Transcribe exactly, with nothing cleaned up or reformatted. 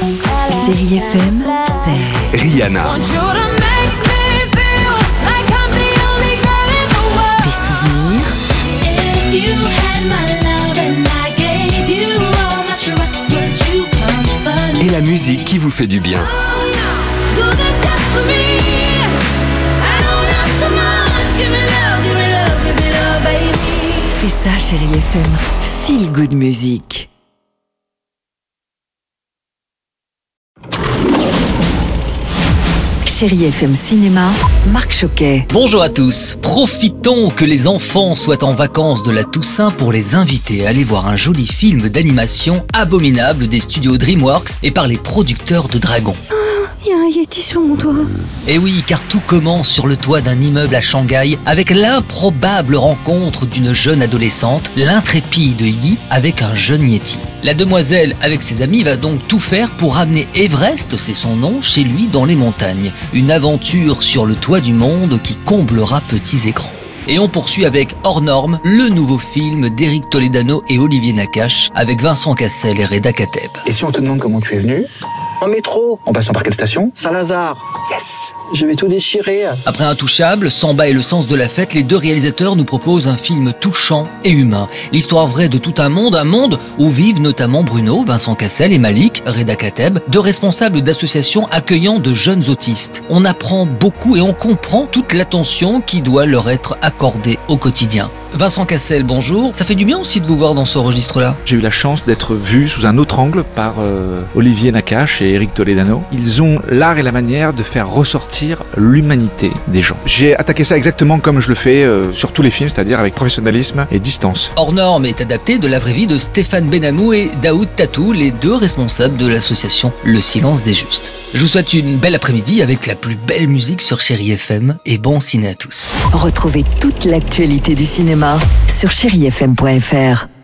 Chérie F M, c'est Rihanna. des souvenirs Et la musique qui vous fait du bien. c'est ça Chérie F M, Feel Good Music. Chérie F M Cinéma, Marc Choquet. Bonjour à tous. Profitons que les enfants soient en vacances de la Toussaint pour les inviter à aller voir un joli film d'animation abominable des studios DreamWorks et par les producteurs de Dragon. Il y a un Yeti sur mon toit. Et oui, car tout commence sur le toit d'un immeuble à Shanghai avec l'improbable rencontre d'une jeune adolescente, l'intrépide Yi, avec un jeune Yeti. La demoiselle, avec ses amis, va donc tout faire pour ramener Everest, c'est son nom, chez lui dans les montagnes. Une aventure sur le toit du monde qui comblera petits et grands. Et on poursuit avec Hors Norme, le nouveau film d'Éric Toledano et Olivier Nakache, avec Vincent Cassel et Reda Kateb. Et si on te demande comment tu es venu ? En métro. En passant par quelle station ? Saint-Lazare. Yes. Je vais tout déchirer. Après Intouchable, Samba et le sens de la fête, les deux réalisateurs nous proposent un film touchant et humain. L'histoire vraie de tout un monde, un monde où vivent notamment Bruno, Vincent Cassel et Malik, Reda Kateb, deux responsables d'associations accueillant de jeunes autistes. On apprend beaucoup et on comprend toute l'attention qui doit leur être accordée au quotidien. Vincent Cassel, bonjour. Ça fait du bien aussi de vous voir dans ce registre-là. J'ai eu la chance d'être vu sous un autre angle par euh, Olivier Nakache et Éric Toledano. Ils ont l'art et la manière de faire ressortir l'humanité des gens. J'ai attaqué ça exactement comme je le fais euh, sur tous les films, c'est-à-dire avec professionnalisme et distance. Hors Norme est adapté de la vraie vie de Stéphane Benamou et Daoud Tatou, les deux responsables de l'association Le Silence des Justes. Je vous souhaite une belle après-midi avec la plus belle musique sur Chérie F M et bon ciné à tous. Retrouvez toute l'actualité du cinéma sur chérie f m point f r.